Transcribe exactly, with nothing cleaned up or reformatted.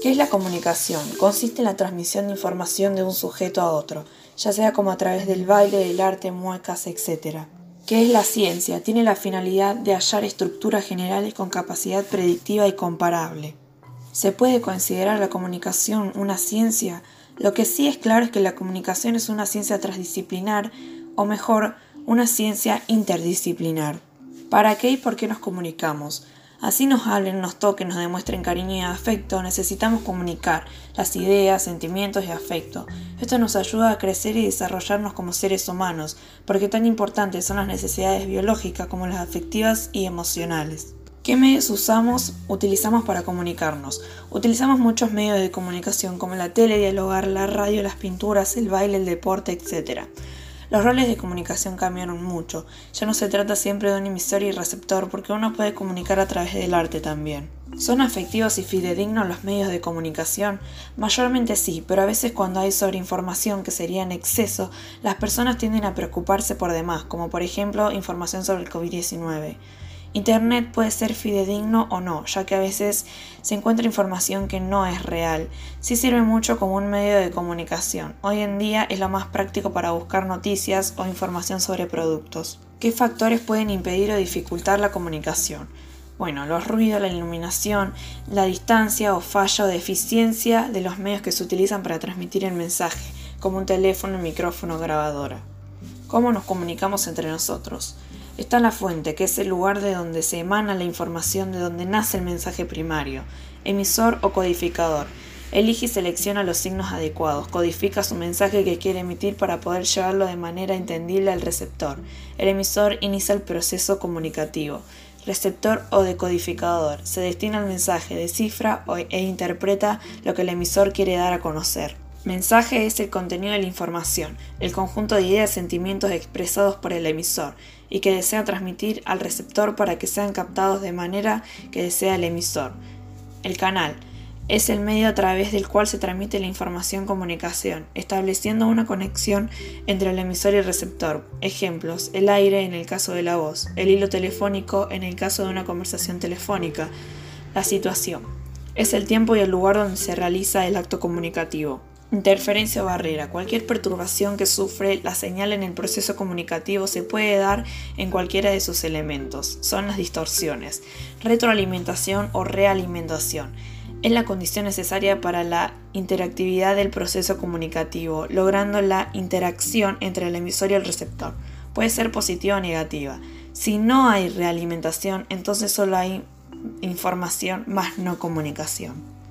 ¿Qué es la comunicación? Consiste en la transmisión de información de un sujeto a otro, ya sea como a través del baile, del arte, muecas, etcétera. ¿Qué es la ciencia? Tiene la finalidad de hallar estructuras generales con capacidad predictiva y comparable. ¿Se puede considerar la comunicación una ciencia? Lo que sí es claro es que la comunicación es una ciencia transdisciplinar, o mejor, una ciencia interdisciplinar. ¿Para qué y por qué nos comunicamos? Así nos hablen, nos toquen, nos demuestren cariño y afecto, necesitamos comunicar las ideas, sentimientos y afecto. Esto nos ayuda a crecer y desarrollarnos como seres humanos, porque tan importantes son las necesidades biológicas como las afectivas y emocionales. ¿Qué medios usamos, utilizamos para comunicarnos? Utilizamos muchos medios de comunicación como la tele, dialogar, la radio, las pinturas, el baile, el deporte, etcétera. Los roles de comunicación cambiaron mucho. Ya no se trata siempre de un emisor y receptor porque uno puede comunicar a través del arte también. ¿Son afectivos y fidedignos los medios de comunicación? Mayormente sí, pero a veces cuando hay sobreinformación, que sería en exceso, las personas tienden a preocuparse por demás, como por ejemplo información sobre el covid diecinueve. Internet puede ser fidedigno o no, ya que a veces se encuentra información que no es real. Sí sirve mucho como un medio de comunicación. Hoy en día es lo más práctico para buscar noticias o información sobre productos. ¿Qué factores pueden impedir o dificultar la comunicación? Bueno, los ruidos, la iluminación, la distancia o falla o deficiencia de los medios que se utilizan para transmitir el mensaje, como un teléfono, micrófono o grabadora. ¿Cómo nos comunicamos entre nosotros? Está la fuente, que es el lugar de donde se emana la información, de donde nace el mensaje primario. Emisor o codificador. Elige y selecciona los signos adecuados. Codifica su mensaje que quiere emitir para poder llevarlo de manera entendible al receptor. El emisor inicia el proceso comunicativo. Receptor o decodificador. Se destina el mensaje, descifra e interpreta lo que el emisor quiere dar a conocer. Mensaje es el contenido de la información, el conjunto de ideas y sentimientos expresados por el emisor y que desea transmitir al receptor para que sean captados de manera que desea el emisor. El canal es el medio a través del cual se transmite la información-comunicación, estableciendo una conexión entre el emisor y el receptor. Ejemplos: el aire en el caso de la voz, el hilo telefónico en el caso de una conversación telefónica. La situación es el tiempo y el lugar donde se realiza el acto comunicativo. Interferencia o barrera. Cualquier perturbación que sufre la señal en el proceso comunicativo se puede dar en cualquiera de sus elementos. Son las distorsiones. Retroalimentación o realimentación. Es la condición necesaria para la interactividad del proceso comunicativo, logrando la interacción entre el emisor y el receptor. Puede ser positiva o negativa. Si no hay realimentación, entonces solo hay información más no comunicación.